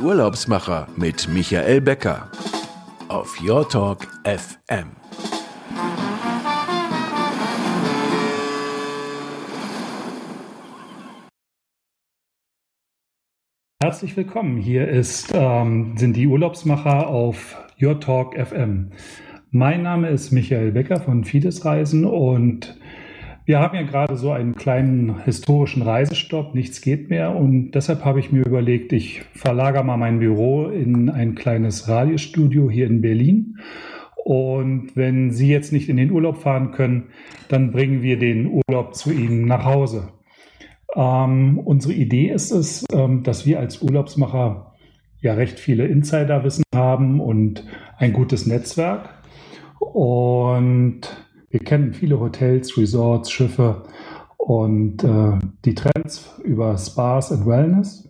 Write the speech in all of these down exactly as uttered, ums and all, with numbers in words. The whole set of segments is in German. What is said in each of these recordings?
Urlaubsmacher mit Michael Becker auf Your Talk F M. Herzlich willkommen. Hier ist, ähm, sind die Urlaubsmacher auf Your Talk F M. Mein Name ist Michael Becker von Fides Reisen und wir haben ja gerade so einen kleinen historischen Reisestopp, nichts geht mehr, und deshalb habe ich mir überlegt, ich verlagere mal mein Büro in ein kleines Radiostudio hier in Berlin. Und wenn Sie jetzt nicht in den Urlaub fahren können, dann bringen wir den Urlaub zu Ihnen nach Hause. Ähm, unsere Idee ist es, ähm, dass wir als Urlaubsmacher ja recht viele Insiderwissen haben und ein gutes Netzwerk. Und wir kennen viele Hotels, Resorts, Schiffe und äh, die Trends über Spas und Wellness.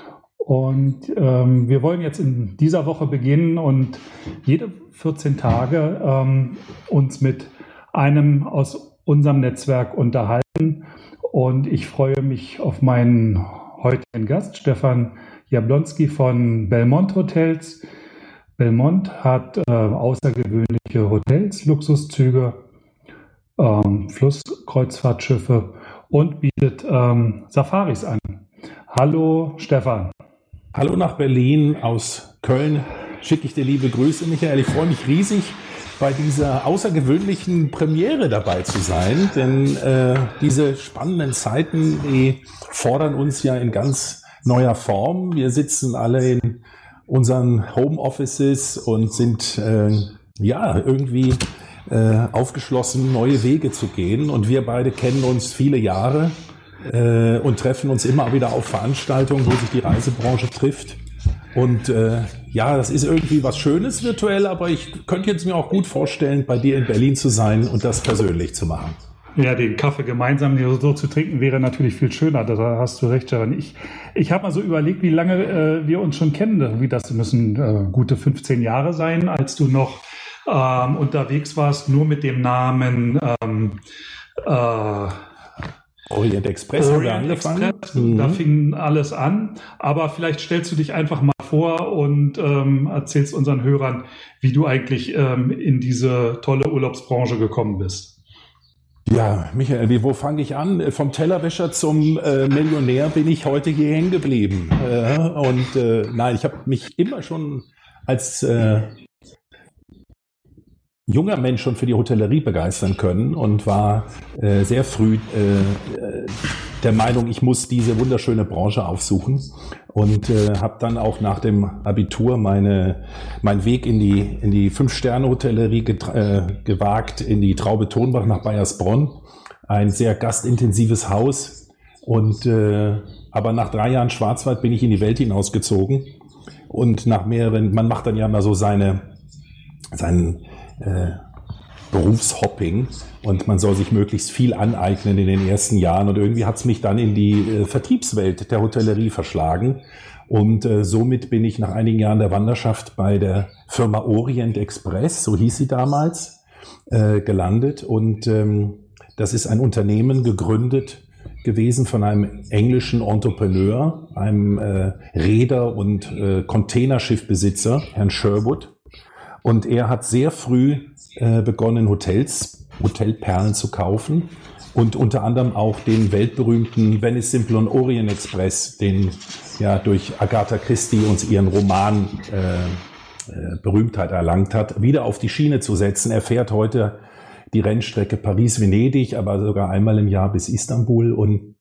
Und ähm, wir wollen jetzt in dieser Woche beginnen und jede vierzehn Tage ähm, uns mit einem aus unserem Netzwerk unterhalten. Und ich freue mich auf meinen heutigen Gast, Stefan Jablonski von Belmont Hotels. Belmont hat äh, außergewöhnliche Hotels, Luxuszüge, ähm, Flusskreuzfahrtschiffe und bietet ähm, Safaris an. Hallo Stefan. Hallo nach Berlin, aus Köln schicke ich dir liebe Grüße, Michael. Ich freue mich riesig, bei dieser außergewöhnlichen Premiere dabei zu sein, denn äh, diese spannenden Zeiten, die fordern uns ja in ganz neuer Form. Wir sitzen alle in unseren Homeoffices und sind äh, ja irgendwie äh, aufgeschlossen, neue Wege zu gehen. Und wir beide kennen uns viele Jahre äh, und treffen uns immer wieder auf Veranstaltungen, wo sich die Reisebranche trifft. Und äh, ja, das ist irgendwie was Schönes virtuell, aber ich könnte jetzt mir auch gut vorstellen, bei dir in Berlin zu sein und das persönlich zu machen. Ja, den Kaffee gemeinsam so zu trinken wäre natürlich viel schöner, da hast du recht, Stefan. Ich, ich habe mal so überlegt, wie lange äh, wir uns schon kennen. Wie das müssen äh, gute fünfzehn Jahre sein, als du noch ähm, unterwegs warst, nur mit dem Namen ähm, äh, Orient Express haben wir angefangen. Express, mhm. Da fing alles an. Aber vielleicht stellst du dich einfach mal vor und ähm, erzählst unseren Hörern, wie du eigentlich ähm, in diese tolle Urlaubsbranche gekommen bist. Ja, Michael, wie, wo fange ich an? Vom Tellerwäscher zum äh, Millionär bin ich heute hier hängen geblieben. Äh, und äh, nein, ich habe mich immer schon als äh, junger Mensch schon für die Hotellerie begeistern können und war äh, sehr früh äh, der Meinung, ich muss diese wunderschöne Branche aufsuchen, und äh, habe dann auch nach dem Abitur meine meinen Weg in die in die Fünf-Sterne-Hotellerie äh, gewagt, in die Traube Tonbach nach Baiersbronn, ein sehr gastintensives Haus, und äh, aber nach drei Jahren Schwarzwald bin ich in die Welt hinausgezogen, und nach mehreren, man macht dann ja mal so seine seinen Äh, Berufshopping, und man soll sich möglichst viel aneignen in den ersten Jahren, und irgendwie hat es mich dann in die äh, Vertriebswelt der Hotellerie verschlagen, und äh, somit bin ich nach einigen Jahren der Wanderschaft bei der Firma Orient Express, so hieß sie damals, äh, gelandet, und ähm, das ist ein Unternehmen gegründet gewesen von einem englischen Entrepreneur, einem äh, Reeder- und äh, Containerschiffbesitzer, Herrn Sherwood. Und er hat sehr früh äh, begonnen, Hotels, Hotelperlen zu kaufen, und unter anderem auch den weltberühmten Venice Simple und Orient Express, den ja durch Agatha Christie uns ihren Roman äh, äh, Berühmtheit erlangt hat, wieder auf die Schiene zu setzen. Er fährt heute die Rennstrecke Paris-Venedig, aber sogar einmal im Jahr bis Istanbul. Und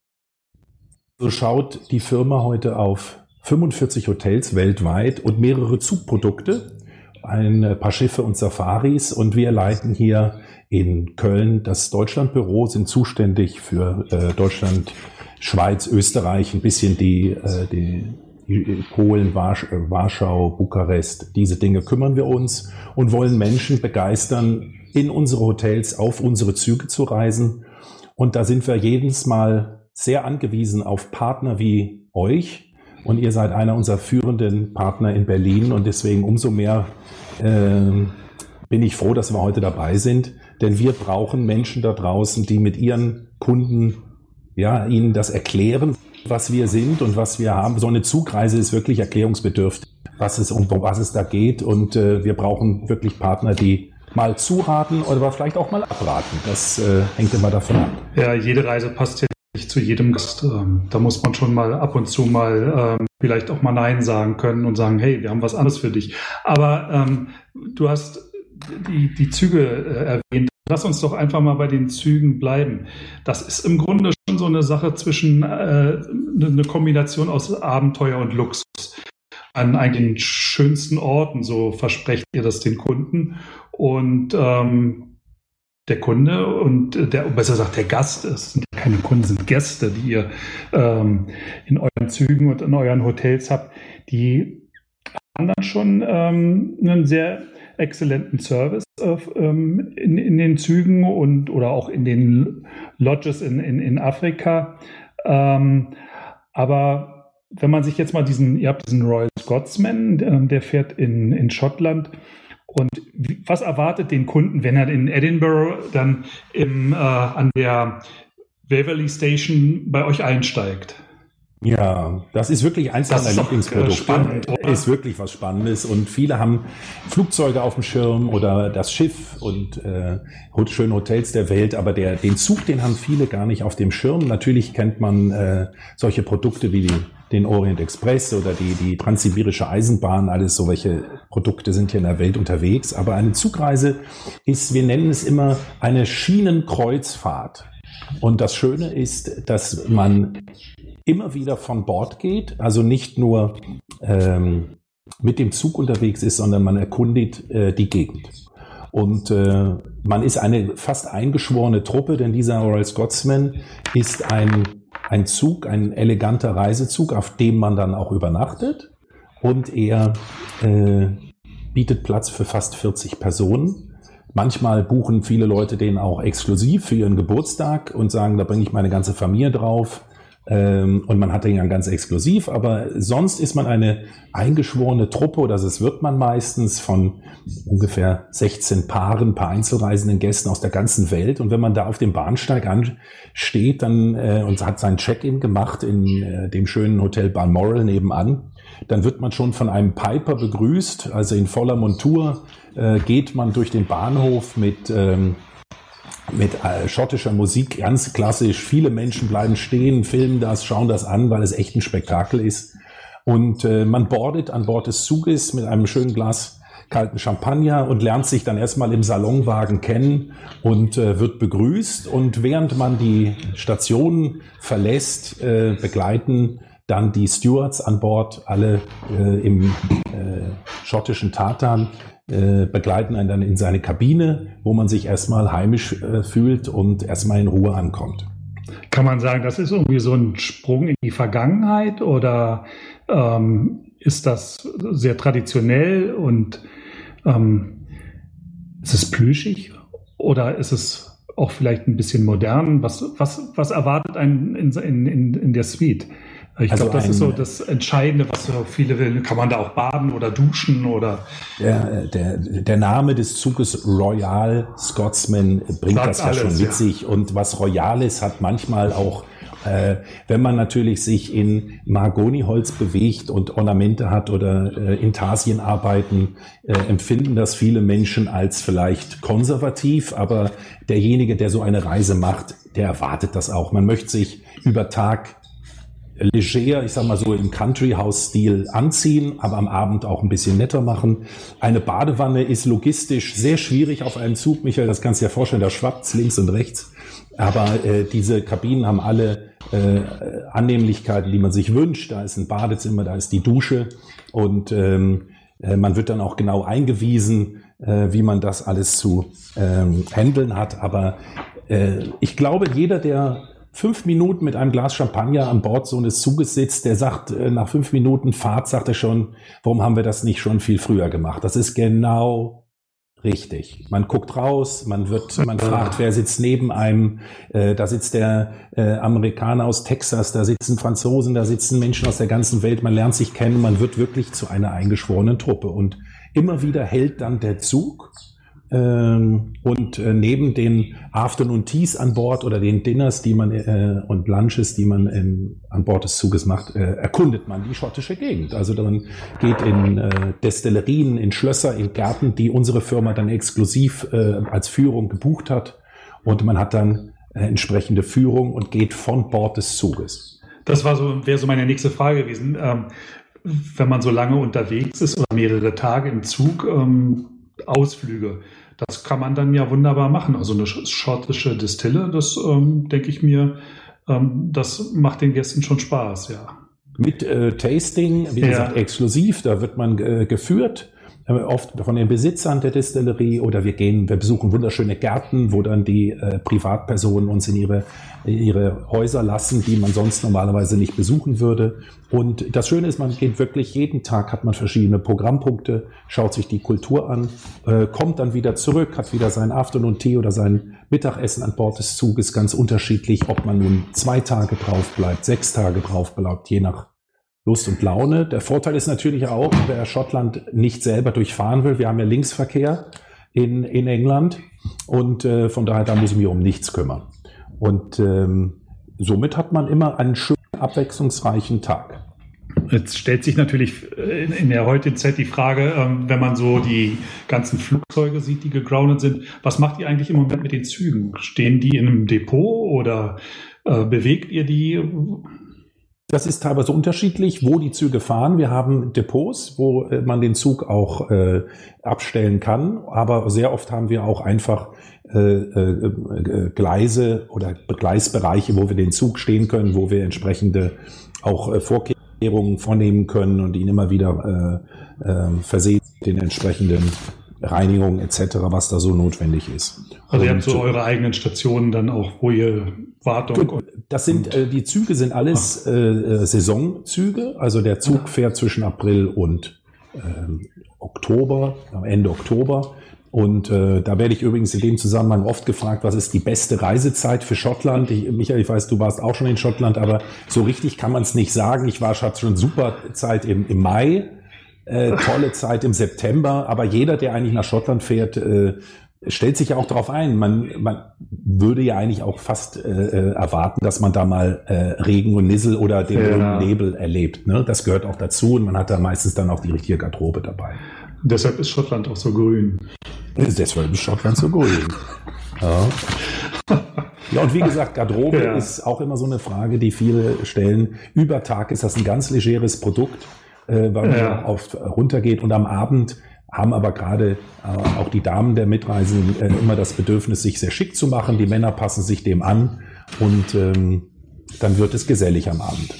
so schaut die Firma heute auf fünfundvierzig Hotels weltweit und mehrere Zugprodukte, ein paar Schiffe und Safaris, und wir leiten hier in Köln das Deutschlandbüro, sind zuständig für äh, Deutschland, Schweiz, Österreich, ein bisschen die, äh, die, die Polen, Warsch, äh, Warschau, Bukarest, diese Dinge kümmern wir uns und wollen Menschen begeistern, in unsere Hotels, auf unsere Züge zu reisen, und da sind wir jedes Mal sehr angewiesen auf Partner wie euch. Und ihr seid einer unserer führenden Partner in Berlin, und deswegen umso mehr äh, bin ich froh, dass wir heute dabei sind, denn wir brauchen Menschen da draußen, die mit ihren Kunden ja ihnen das erklären, was wir sind und was wir haben. So eine Zugreise ist wirklich erklärungsbedürftig, was es um was es da geht. Und äh, wir brauchen wirklich Partner, die mal zuraten oder vielleicht auch mal abraten. Das äh, hängt immer davon ab. Ja, jede Reise passt ja nicht zu jedem Gast. Ähm, da muss man schon mal ab und zu mal ähm, vielleicht auch mal Nein sagen können und sagen, hey, wir haben was anderes für dich. Aber ähm, du hast die, die Züge äh, erwähnt. Lass uns doch einfach mal bei den Zügen bleiben. Das ist im Grunde schon so eine Sache zwischen, äh, eine Kombination aus Abenteuer und Luxus. An eigentlich den schönsten Orten, so versprecht ihr das den Kunden. Und ähm, der Kunde und der, besser gesagt der Gast, es sind keine Kunden, sind Gäste, die ihr ähm, in euren Zügen und in euren Hotels habt, die haben dann schon ähm, einen sehr exzellenten Service auf, ähm, in, in den Zügen und oder auch in den Lodges in, in, in Afrika. Ähm, aber wenn man sich jetzt mal diesen, ihr habt diesen Royal Scotsman, der, der fährt in, in Schottland. Und wie, was erwartet den Kunden, wenn er in Edinburgh dann im, äh, an der Waverley Station bei euch einsteigt? Ja, das ist wirklich eins meiner Lieblingsprodukte. Spannend, oder? Ist wirklich was Spannendes und viele haben Flugzeuge auf dem Schirm oder das Schiff und äh, schöne Hotels der Welt, aber der den Zug, den haben viele gar nicht auf dem Schirm. Natürlich kennt man äh, solche Produkte wie die, den Orient Express oder die die Transsibirische Eisenbahn, alles solche Produkte sind hier in der Welt unterwegs, aber eine Zugreise ist, wir nennen es immer eine Schienenkreuzfahrt. Und das Schöne ist, dass man immer wieder von Bord geht, also nicht nur ähm, mit dem Zug unterwegs ist, sondern man erkundigt äh, die Gegend. Und äh, man ist eine fast eingeschworene Truppe, denn dieser Royal Scotsman ist ein, ein Zug, ein eleganter Reisezug, auf dem man dann auch übernachtet. Und er äh, bietet Platz für fast vierzig Personen. Manchmal buchen viele Leute den auch exklusiv für ihren Geburtstag und sagen, da bringe ich meine ganze Familie drauf. Und man hat den ja ganz exklusiv, aber sonst ist man eine eingeschworene Truppe, oder das wird man meistens von ungefähr sechzehn Paaren, paar einzelreisenden Gästen aus der ganzen Welt. Und wenn man da auf dem Bahnsteig ansteht dann, äh, und hat sein Check-in gemacht in äh, dem schönen Hotel Balmoral nebenan, dann wird man schon von einem Piper begrüßt, also in voller Montur äh, geht man durch den Bahnhof mit ähm, mit äh, schottischer Musik, ganz klassisch. Viele Menschen bleiben stehen, filmen das, schauen das an, weil es echt ein Spektakel ist. Und äh, man boardet an Bord des Zuges mit einem schönen Glas kalten Champagner und lernt sich dann erstmal im Salonwagen kennen und äh, wird begrüßt. Und während man die Station verlässt, äh, begleiten dann die Stewards an Bord, alle äh, im äh, schottischen Tartan, begleiten einen dann in seine Kabine, wo man sich erstmal heimisch äh, fühlt und erstmal in Ruhe ankommt. Kann man sagen, das ist irgendwie so ein Sprung in die Vergangenheit oder ähm, ist das sehr traditionell und ähm, ist es plüschig oder ist es auch vielleicht ein bisschen modern? Was, was, was erwartet einen in, in, in der Suite? Ich also glaube, das ein, ist so das Entscheidende, was so viele will. Kann man da auch baden oder duschen oder? Der, der, der Name des Zuges Royal Scotsman bringt das ja alles, schon mit sich. Ja. Und was Royal ist, hat manchmal auch, äh, wenn man natürlich sich in Mahagoniholz bewegt und Ornamente hat oder äh, Intarsien arbeiten, äh, empfinden das viele Menschen als vielleicht konservativ. Aber derjenige, der so eine Reise macht, der erwartet das auch. Man möchte sich über Tag leger, ich sag mal so im Country-House-Stil anziehen, aber am Abend auch ein bisschen netter machen. Eine Badewanne ist logistisch sehr schwierig auf einem Zug, Michael, das kannst du dir vorstellen, da schwappt's links und rechts. Aber äh, diese Kabinen haben alle äh, Annehmlichkeiten, die man sich wünscht. Da ist ein Badezimmer, da ist die Dusche und ähm, äh, man wird dann auch genau eingewiesen, äh, wie man das alles zu ähm, handeln hat. Aber äh, ich glaube, jeder, der fünf Minuten mit einem Glas Champagner an Bord so eines Zuges sitzt, der sagt, nach fünf Minuten Fahrt, sagt er schon, warum haben wir das nicht schon viel früher gemacht? Das ist genau richtig. Man guckt raus, man wird, man fragt, wer sitzt neben einem, äh, da sitzt der äh, Amerikaner aus Texas, da sitzen Franzosen, da sitzen Menschen aus der ganzen Welt, man lernt sich kennen, man wird wirklich zu einer eingeschworenen Truppe und immer wieder hält dann der Zug Ähm, und äh, neben den Afternoon Teas an Bord oder den Dinners, die man äh, und Lunches, die man in, an Bord des Zuges macht, äh, erkundet man die schottische Gegend. Also man geht in äh, Destillerien, in Schlösser, in Gärten, die unsere Firma dann exklusiv äh, als Führung gebucht hat. Und man hat dann äh, entsprechende Führung und geht von Bord des Zuges. Das war so, wäre so meine nächste Frage gewesen. Ähm, wenn man so lange unterwegs ist oder mehrere Tage im Zug, ähm, Ausflüge. Das kann man dann ja wunderbar machen. Also eine schottische Distille, das ähm, denke ich mir, ähm, das macht den Gästen schon Spaß, ja. Mit äh, Tasting, wie ja. gesagt, exklusiv, da wird man äh, geführt, äh, oft von den Besitzern der Distillerie, oder wir gehen, wir besuchen wunderschöne Gärten, wo dann die äh, Privatpersonen uns in ihre, in ihre Häuser lassen, die man sonst normalerweise nicht besuchen würde. Und das Schöne ist, man geht wirklich jeden Tag, hat man verschiedene Programmpunkte, schaut sich die Kultur an, äh, kommt dann wieder zurück, hat wieder sein Afternoon Tea oder sein Mittagessen an Bord des Zuges, ganz unterschiedlich, ob man nun zwei Tage drauf bleibt, sechs Tage drauf bleibt, je nach Lust und Laune. Der Vorteil ist natürlich auch, wer Schottland nicht selber durchfahren will, wir haben ja Linksverkehr in, in England und äh, von daher, da muss ich mich um nichts kümmern. Und ähm, somit hat man immer einen schönen, abwechslungsreichen Tag. Jetzt stellt sich natürlich in, in der heutigen Zeit die Frage, ähm, wenn man so die ganzen Flugzeuge sieht, die gegroundet sind, was macht ihr eigentlich im Moment mit den Zügen? Stehen die in einem Depot oder äh, bewegt ihr die? Das ist teilweise unterschiedlich, wo die Züge fahren. Wir haben Depots, wo äh, man den Zug auch äh, abstellen kann, aber sehr oft haben wir auch einfach äh, äh, Gleise oder Gleisbereiche, wo wir den Zug stehen können, wo wir entsprechende auch äh, Vorkehrungen vornehmen können und ihn immer wieder äh, äh, versehen mit den entsprechenden Reinigungen et cetera, was da so notwendig ist. Also ihr habt so eure eigenen Stationen dann auch, wo ihr Wartung und das sind äh, die Züge sind alles äh, Saisonzüge, also der Zug fährt zwischen April und äh, Oktober, am Ende Oktober. Und äh, da werde ich übrigens in dem Zusammenhang oft gefragt, was ist die beste Reisezeit für Schottland? Ich, Michael, ich weiß, du warst auch schon in Schottland, aber so richtig kann man es nicht sagen. Ich war hatte schon super Zeit im, im Mai, äh, tolle Zeit im September, aber jeder, der eigentlich nach Schottland fährt, äh, stellt sich ja auch darauf ein. Man, man würde ja eigentlich auch fast äh, erwarten, dass man da mal äh, Regen und Nissel oder den ja. Nebel erlebt. Ne? Das gehört auch dazu und man hat da meistens dann auch die richtige Garderobe dabei. Deshalb ist Schottland auch so grün. Deshalb ist Schottland so grün. Ja. Ja, und wie gesagt, Garderobe ja. ist auch immer so eine Frage, die viele stellen. Über Tag ist das ein ganz legeres Produkt, äh, weil man ja. auch oft runtergeht und am Abend haben aber gerade äh, auch die Damen der Mitreisenden äh, immer das Bedürfnis, sich sehr schick zu machen. Die Männer passen sich dem an und ähm, dann wird es gesellig am Abend.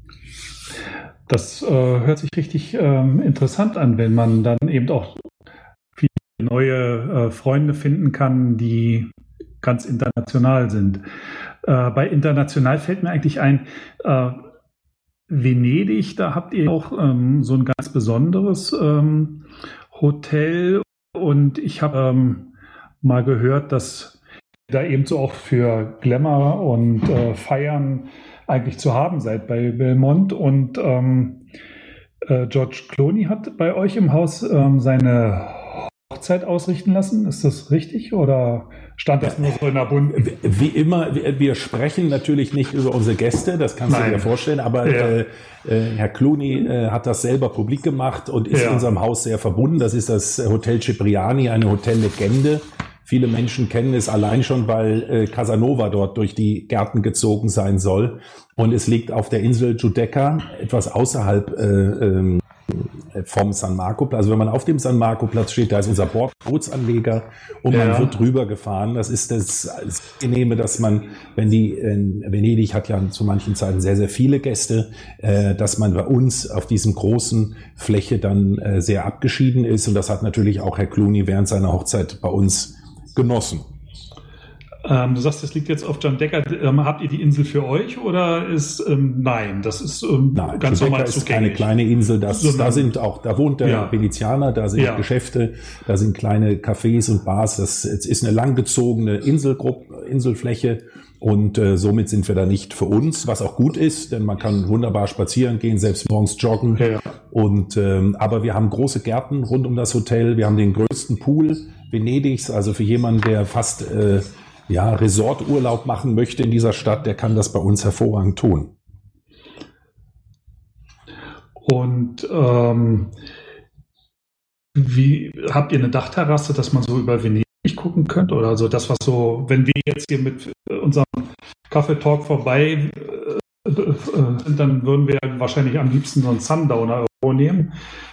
Das äh, hört sich richtig ähm, interessant an, wenn man dann eben auch viele neue äh, Freunde finden kann, die ganz international sind. Äh, bei international fällt mir eigentlich ein, äh, Venedig, da habt ihr auch ähm, so ein ganz besonderes ähm, Hotel und ich habe ähm, mal gehört, dass da eben so auch für Glamour und äh, Feiern eigentlich zu haben seid bei Belmont und ähm, äh, George Clooney hat bei euch im Haus ähm, seine Hochzeit ausrichten lassen. Ist das richtig oder stand das nur so in der Bund? Wie immer, wir sprechen natürlich nicht über unsere Gäste, das kannst Nein. du dir vorstellen, aber ja. äh, äh, Herr Clooney äh, hat das selber publik gemacht und ist ja. unserem Haus sehr verbunden. Das ist das Hotel Cipriani, eine Hotellegende. Viele Menschen kennen es allein schon, weil äh, Casanova dort durch die Gärten gezogen sein soll. Und es liegt auf der Insel Giudecca, etwas außerhalb äh, ähm, vom San Marco Platz. Also wenn man auf dem San Marco Platz steht, da ist unser Bootsanleger und man ja. wird drüber gefahren. Das ist das Angenehme, dass man, wenn die, in Venedig hat ja zu manchen Zeiten sehr, sehr viele Gäste, äh, dass man bei uns auf diesem großen Fläche dann äh, sehr abgeschieden ist. Und das hat natürlich auch Herr Clooney während seiner Hochzeit bei uns genossen. Ähm, du sagst, das liegt jetzt auf Giudecca. Ähm, habt ihr die Insel für euch oder ist ähm, nein? Das ist ähm, nein, ganz Giudecca normal ist zugänglich. Keine kleine Insel. Das, so, da sind auch, da wohnt der ja. Venezianer, da sind ja. Geschäfte, da sind kleine Cafés und Bars. Das ist eine langgezogene Inselgruppe, Inselfläche Und äh, somit sind wir da nicht für uns, was auch gut ist, denn man kann wunderbar spazieren gehen, selbst morgens joggen. Ja. Und ähm, aber wir haben große Gärten rund um das Hotel. Wir haben den größten Pool Venedigs. Also für jemanden, der fast äh, ja Resorturlaub machen möchte in dieser Stadt, der kann das bei uns hervorragend tun. Und ähm, wie habt ihr eine Dachterrasse, dass man so über Venedig gucken könnte? Oder so das, was so, wenn wir jetzt hier mit unserem Kaffeetalk vorbei äh, äh, dann würden wir wahrscheinlich am liebsten so einen Sundowner nehmen.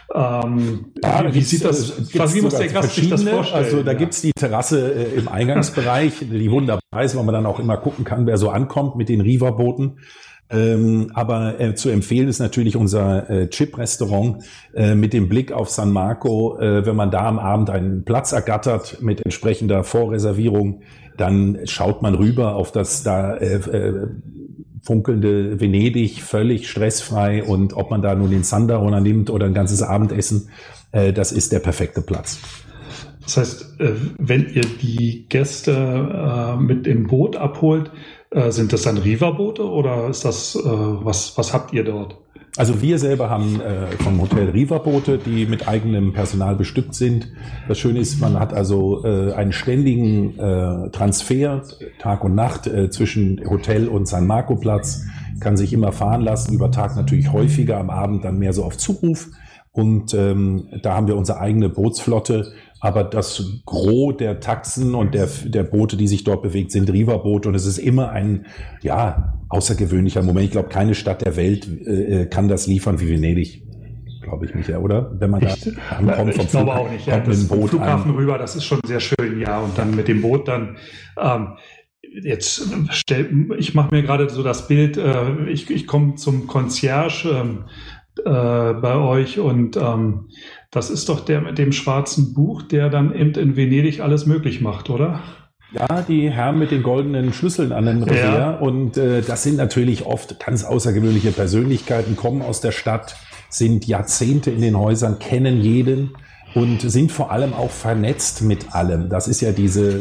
Ähm, ja, wie, wie sieht das, was, wie muss der Gast sich das vorstellen? Also da ja. gibt's die Terrasse äh, im Eingangsbereich, die wunderbar ist, weil man dann auch immer gucken kann, wer so ankommt mit den Riva-Booten. Ähm, aber äh, zu empfehlen ist natürlich unser äh, Chip-Restaurant äh, mit dem Blick auf San Marco. Äh, wenn man da am Abend einen Platz ergattert mit entsprechender Vorreservierung, dann schaut man rüber auf das da äh, äh, funkelnde Venedig, völlig stressfrei. Und ob man da nun den Sundowner nimmt oder ein ganzes Abendessen, äh, das ist der perfekte Platz. Das heißt, äh, wenn ihr die Gäste äh, mit dem Boot abholt, sind das dann Riva-Boote oder ist das, äh, was, was habt ihr dort? Also wir selber haben äh, vom Hotel Riva-Boote, die mit eigenem Personal bestückt sind. Das Schöne ist, man hat also äh, einen ständigen äh, Transfer, Tag und Nacht, äh, zwischen Hotel und San Marco-Platz, kann sich immer fahren lassen, über Tag natürlich häufiger, am Abend dann mehr so auf Zuruf. Und ähm, da haben wir unsere eigene Bootsflotte. Aber das Gros der Taxen und der, der Boote, die sich dort bewegt, sind Riva-Boote. Und es ist immer ein, ja, außergewöhnlicher Moment. Ich glaube, keine Stadt der Welt äh, kann das liefern wie Venedig, glaube ich, Michael, oder? Wenn man da ich, ankommt vom ich glaube auch nicht. Ja, das vom Flughafen an. Rüber, das ist schon sehr schön, ja. Und dann mit dem Boot dann, ähm, jetzt stell, ich mache mir gerade so das Bild, äh, ich, ich komme zum Concierge ähm, äh, bei euch und ähm, das ist doch der mit dem schwarzen Buch, der dann eben in Venedig alles möglich macht, oder? Ja, die Herren mit den goldenen Schlüsseln an den Revers. Ja. Und äh, das sind natürlich oft ganz außergewöhnliche Persönlichkeiten, kommen aus der Stadt, sind Jahrzehnte in den Häusern, kennen jeden und sind vor allem auch vernetzt mit allem. Das ist ja diese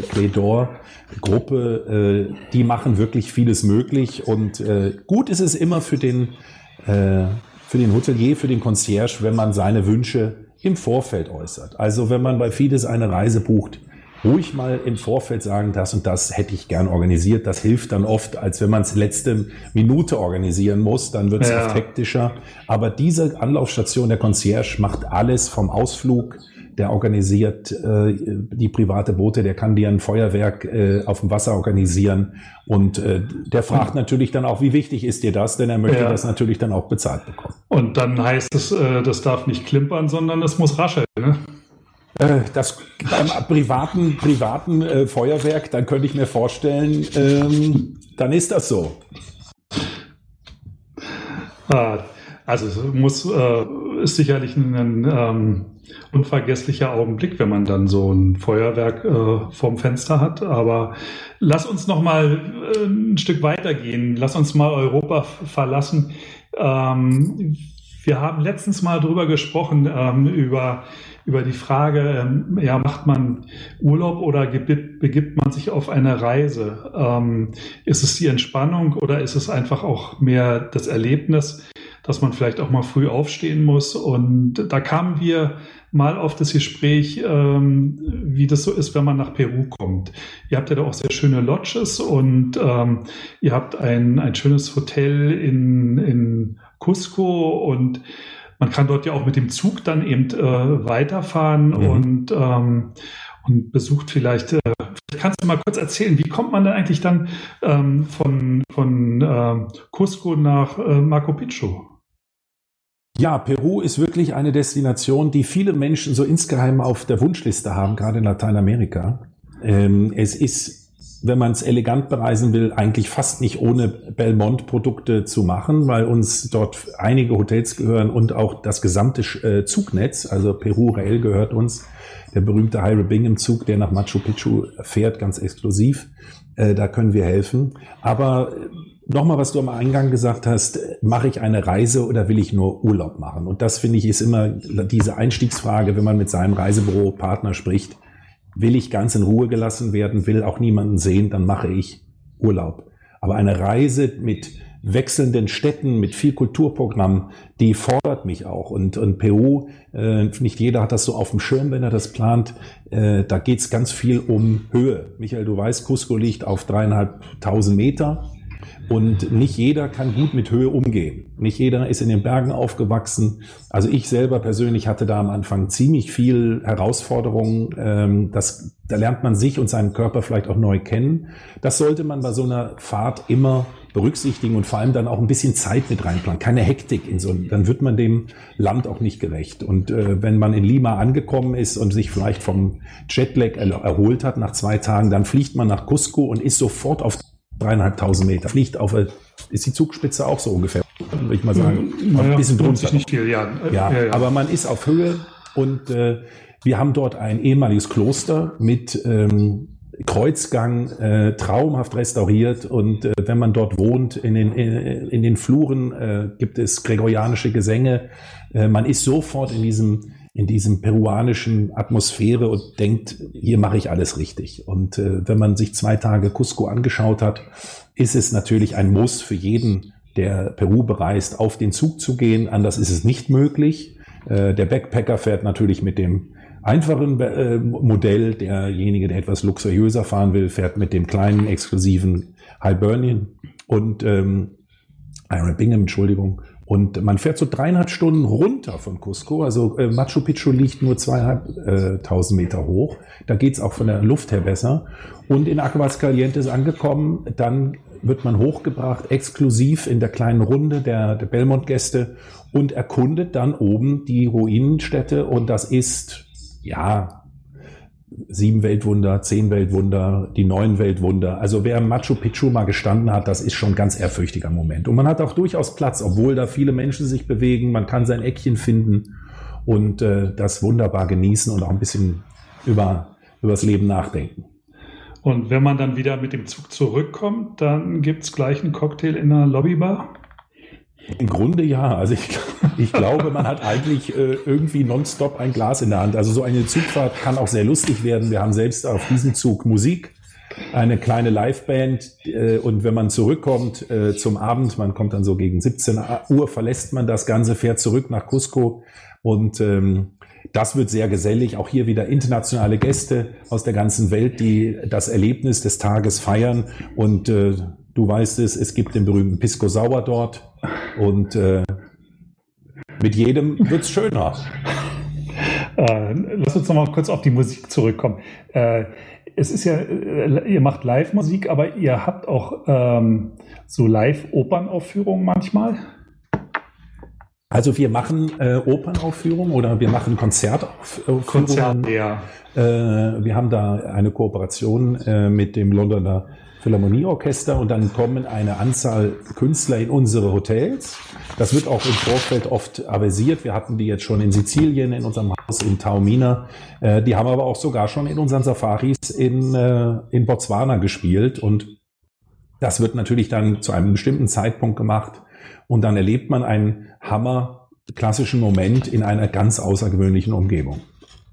Credor-Gruppe, äh, die machen wirklich vieles möglich. Und äh, gut ist es immer für den, äh, für den Hotelier, für den Concierge, wenn man seine Wünsche im Vorfeld äußert. Also wenn man bei Fides eine Reise bucht, ruhig mal im Vorfeld sagen, das und das hätte ich gern organisiert. Das hilft dann oft, als wenn man es letzte Minute organisieren muss, dann wird es ja oft hektischer. Aber diese Anlaufstation der Concierge macht alles vom Ausflug, der organisiert äh, die private Boote, der kann dir ein Feuerwerk äh, auf dem Wasser organisieren und äh, der fragt natürlich dann auch, wie wichtig ist dir das, denn er möchte ja das natürlich dann auch bezahlt bekommen. Und dann heißt es, äh, das darf nicht klimpern, sondern es muss rascheln, ne? Äh, das beim privaten, privaten äh, Feuerwerk, dann könnte ich mir vorstellen, ähm, dann ist das so. Ah, also es muss, äh, ist sicherlich ein ähm, unvergesslicher Augenblick, wenn man dann so ein Feuerwerk äh, vorm Fenster hat. Aber lass uns noch mal äh, ein Stück weitergehen. Lass uns mal Europa f- verlassen. Ähm, wir haben letztens mal drüber gesprochen, ähm, über über die Frage, ähm, ja, macht man Urlaub oder gibt, begibt man sich auf eine Reise? Ähm, ist es die Entspannung oder ist es einfach auch mehr das Erlebnis, dass man vielleicht auch mal früh aufstehen muss? Und da kamen wir mal auf das Gespräch, ähm, wie das so ist, wenn man nach Peru kommt. Ihr habt ja da auch sehr schöne Lodges und ähm, ihr habt ein, ein schönes Hotel in, in Cusco und man kann dort ja auch mit dem Zug dann eben äh, weiterfahren mhm. und, ähm, und besucht vielleicht, äh, kannst du mal kurz erzählen, wie kommt man denn eigentlich dann ähm, von, von äh, Cusco nach äh, Machu Picchu? Ja, Peru ist wirklich eine Destination, die viele Menschen so insgeheim auf der Wunschliste haben, gerade in Lateinamerika. Ähm, es ist, wenn man es elegant bereisen will, eigentlich fast nicht ohne Belmont-Produkte zu machen, weil uns dort einige Hotels gehören und auch das gesamte äh, Zugnetz, also Peru Rail gehört uns, der berühmte High Bingham-Zug, der nach Machu Picchu fährt, ganz exklusiv. Äh, da können wir helfen. Aber nochmal, was du am Eingang gesagt hast, mache ich eine Reise oder will ich nur Urlaub machen? Und das, finde ich, ist immer diese Einstiegsfrage, wenn man mit seinem Reisebüro-Partner spricht. Will ich ganz in Ruhe gelassen werden, will auch niemanden sehen, dann mache ich Urlaub. Aber eine Reise mit wechselnden Städten, mit viel Kulturprogramm, die fordert mich auch. Und, und Peru, äh, nicht jeder hat das so auf dem Schirm, wenn er das plant. Äh, da geht's ganz viel um Höhe. Michael, du weißt, Cusco liegt auf dreieinhalbtausend Meter. Und nicht jeder kann gut mit Höhe umgehen. Nicht jeder ist in den Bergen aufgewachsen. Also ich selber persönlich hatte da am Anfang ziemlich viel Herausforderungen. Ähm, das, da lernt man sich und seinen Körper vielleicht auch neu kennen. Das sollte man bei so einer Fahrt immer berücksichtigen und vor allem dann auch ein bisschen Zeit mit reinplanen. Keine Hektik in so einem, dann wird man dem Land auch nicht gerecht. Und äh, wenn man in Lima angekommen ist und sich vielleicht vom Jetlag er- erholt hat nach zwei Tagen, dann fliegt man nach Cusco und ist sofort auf dreieinhalbtausend Meter. Fliegt auf, ist die Zugspitze auch so ungefähr, würde ich mal sagen. Naja, ein bisschen drunter. Nicht viel, ja. Ja, Ja, ja. aber man ist auf Höhe und äh, wir haben dort ein ehemaliges Kloster mit ähm, Kreuzgang, äh, traumhaft restauriert und äh, wenn man dort wohnt, in den, in, in den Fluren äh, gibt es gregorianische Gesänge. Äh, man ist sofort in diesem in diesem peruanischen Atmosphäre und denkt, hier mache ich alles richtig. Und äh, wenn man sich zwei Tage Cusco angeschaut hat, ist es natürlich ein Muss für jeden, der Peru bereist, auf den Zug zu gehen. Anders ist es nicht möglich. Äh, der Backpacker fährt natürlich mit dem einfachen äh, Modell. Derjenige, der etwas luxuriöser fahren will, fährt mit dem kleinen, exklusiven Hibernian und ähm, Iron Bingham, Entschuldigung. Und man fährt so dreieinhalb Stunden runter von Cusco. Also äh, Machu Picchu liegt nur zweieinhalbtausend Meter hoch. Da geht's auch von der Luft her besser. Und in Aguascalientes angekommen, dann wird man hochgebracht, exklusiv in der kleinen Runde der, der Belmont-Gäste und erkundet dann oben die Ruinenstätte. Und das ist, ja, sieben Weltwunder, zehn Weltwunder, die neun Weltwunder. Also wer Machu Picchu mal gestanden hat, das ist schon ein ganz ehrfürchtiger Moment. Und man hat auch durchaus Platz, obwohl da viele Menschen sich bewegen. Man kann sein Eckchen finden und äh, das wunderbar genießen und auch ein bisschen über, über das Leben nachdenken. Und wenn man dann wieder mit dem Zug zurückkommt, dann gibt es gleich einen Cocktail in der Lobbybar? Im Grunde ja. Also ich, ich glaube, man hat eigentlich äh, irgendwie nonstop ein Glas in der Hand. Also so eine Zugfahrt kann auch sehr lustig werden. Wir haben selbst auf diesem Zug Musik, eine kleine Liveband äh, und wenn man zurückkommt äh, zum Abend, man kommt dann so gegen siebzehn Uhr, verlässt man das Ganze, fährt zurück nach Cusco und ähm, das wird sehr gesellig. Auch hier wieder internationale Gäste aus der ganzen Welt, die das Erlebnis des Tages feiern und äh, du weißt es, es gibt den berühmten Pisco Sour dort und äh, mit jedem wird's schöner. Äh, lass uns noch mal kurz auf die Musik zurückkommen. Äh, es ist ja, äh, ihr macht Live-Musik, aber ihr habt auch ähm, so Live-Opernaufführungen manchmal? Also wir machen äh, Opernaufführungen oder wir machen Konzertaufführungen. Konzert, ja. Äh, wir haben da eine Kooperation äh, mit dem Londoner Philharmonieorchester und dann kommen eine Anzahl Künstler in unsere Hotels. Das wird auch im Vorfeld oft avisiert. Wir hatten die jetzt schon in Sizilien, in unserem Haus in Taormina. Äh, die haben aber auch sogar schon in unseren Safaris in, äh, in Botswana gespielt. Und das wird natürlich dann zu einem bestimmten Zeitpunkt gemacht. Und dann erlebt man einen hammer klassischen Moment in einer ganz außergewöhnlichen Umgebung.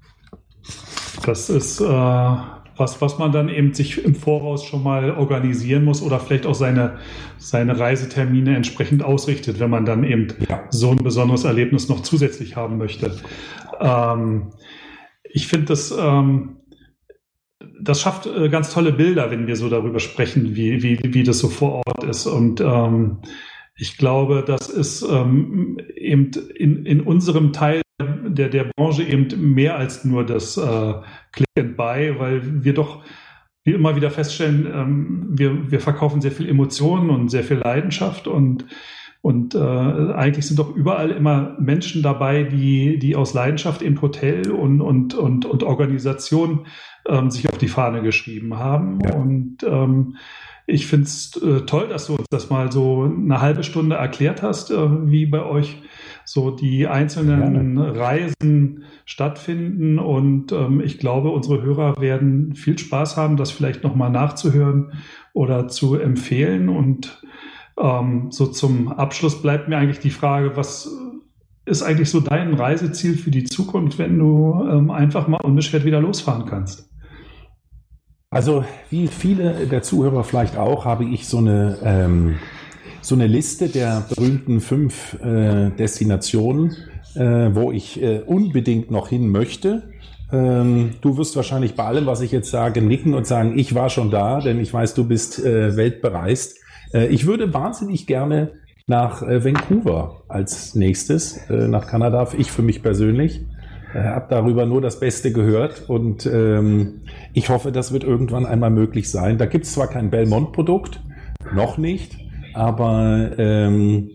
Das ist... Äh Was, was man dann eben sich im Voraus schon mal organisieren muss oder vielleicht auch seine, seine Reisetermine entsprechend ausrichtet, wenn man dann eben ja. so ein besonderes Erlebnis noch zusätzlich haben möchte. Ähm, ich finde, das, ähm, das schafft äh, ganz tolle Bilder, wenn wir so darüber sprechen, wie, wie, wie das so vor Ort ist. Und ähm, ich glaube, das ist ähm, eben in, in unserem Teil der, der Branche eben mehr als nur das äh, Click and Buy, weil wir doch wie immer wieder feststellen, ähm, wir, wir verkaufen sehr viel Emotionen und sehr viel Leidenschaft und, und äh, eigentlich sind doch überall immer Menschen dabei, die, die aus Leidenschaft im Hotel und, und, und, und Organisation ähm, sich auf die Fahne geschrieben haben. Ja. Und ähm, ich finde es äh, toll, dass du uns das mal so eine halbe Stunde erklärt hast, äh, wie bei euch so die einzelnen Gerne. Reisen stattfinden. Und ähm, ich glaube, unsere Hörer werden viel Spaß haben, das vielleicht nochmal nachzuhören oder zu empfehlen. Und ähm, so zum Abschluss bleibt mir eigentlich die Frage, was ist eigentlich so dein Reiseziel für die Zukunft, wenn du ähm, einfach mal unbeschwert wieder losfahren kannst? Also wie viele der Zuhörer vielleicht auch, habe ich so eine, ähm, so eine Liste der berühmten fünf äh, Destinationen, äh, wo ich äh, unbedingt noch hin möchte. Ähm, du wirst wahrscheinlich bei allem, was ich jetzt sage, nicken und sagen, ich war schon da, denn ich weiß, du bist äh, weltbereist. Äh, ich würde wahnsinnig gerne nach äh, Vancouver als nächstes, äh, nach Kanada, ich für mich persönlich. Ich habe darüber nur das Beste gehört und ähm, ich hoffe, das wird irgendwann einmal möglich sein. Da gibt es zwar kein Belmont-Produkt, noch nicht, aber ähm,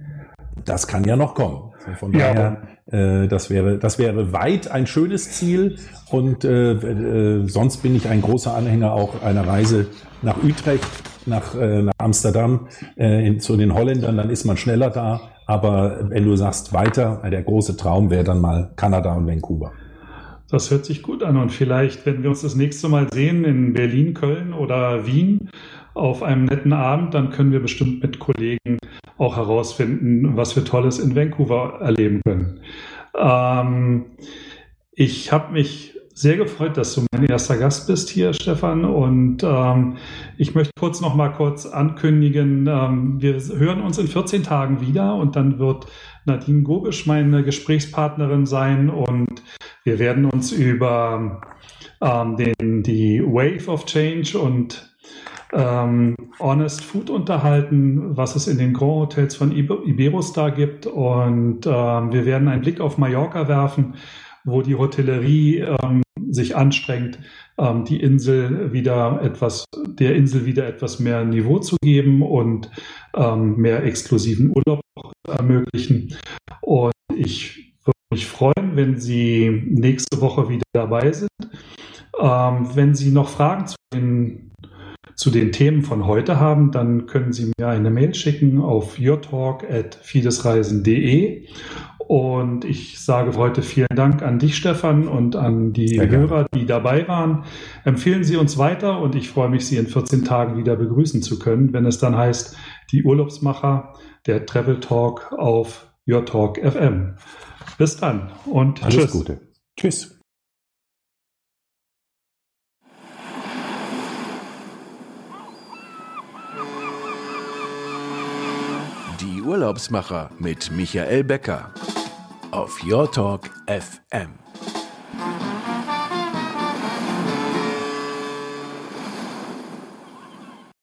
das kann ja noch kommen. Also von Ja. daher, äh, das wäre, das wäre weit ein schönes Ziel und äh, äh, sonst bin ich ein großer Anhänger auch einer Reise nach Utrecht, nach, äh, nach Amsterdam, äh, in, zu den Holländern, dann ist man schneller da. Aber wenn du sagst weiter, der große Traum wäre dann mal Kanada und Vancouver. Das hört sich gut an und vielleicht, wenn wir uns das nächste Mal sehen in Berlin, Köln oder Wien auf einem netten Abend, dann können wir bestimmt mit Kollegen auch herausfinden, was wir Tolles in Vancouver erleben können. Ähm, ich habe mich sehr gefreut, dass du mein erster Gast bist hier, Stefan. Und ähm, ich möchte kurz noch mal kurz ankündigen, ähm, wir hören uns in vierzehn Tagen wieder und dann wird Nadine Gobisch meine Gesprächspartnerin sein und wir werden uns über ähm, den, die Wave of Change und ähm, Honest Food unterhalten, was es in den Grand Hotels von Iber- Iberostar gibt. Und ähm, wir werden einen Blick auf Mallorca werfen, wo die Hotellerie ähm, sich anstrengt, ähm, die Insel wieder etwas, der Insel wieder etwas mehr Niveau zu geben und ähm, mehr exklusiven Urlaub ermöglichen. Und ich würde mich freuen, wenn Sie nächste Woche wieder dabei sind. Ähm, wenn Sie noch Fragen zu den, zu den Themen von heute haben, dann können Sie mir eine Mail schicken auf yourtalk at fidesreisen punkt de. Und ich sage heute vielen Dank an dich, Stefan, und an die Hörer, die dabei waren. Empfehlen Sie uns weiter und ich freue mich, Sie in vierzehn Tagen wieder begrüßen zu können, wenn es dann heißt, die Urlaubsmacher, der Travel Talk auf Your Talk F M. Bis dann und alles tschüss. Gute. Tschüss. Die Urlaubsmacher mit Michael Becker auf Your Talk F M.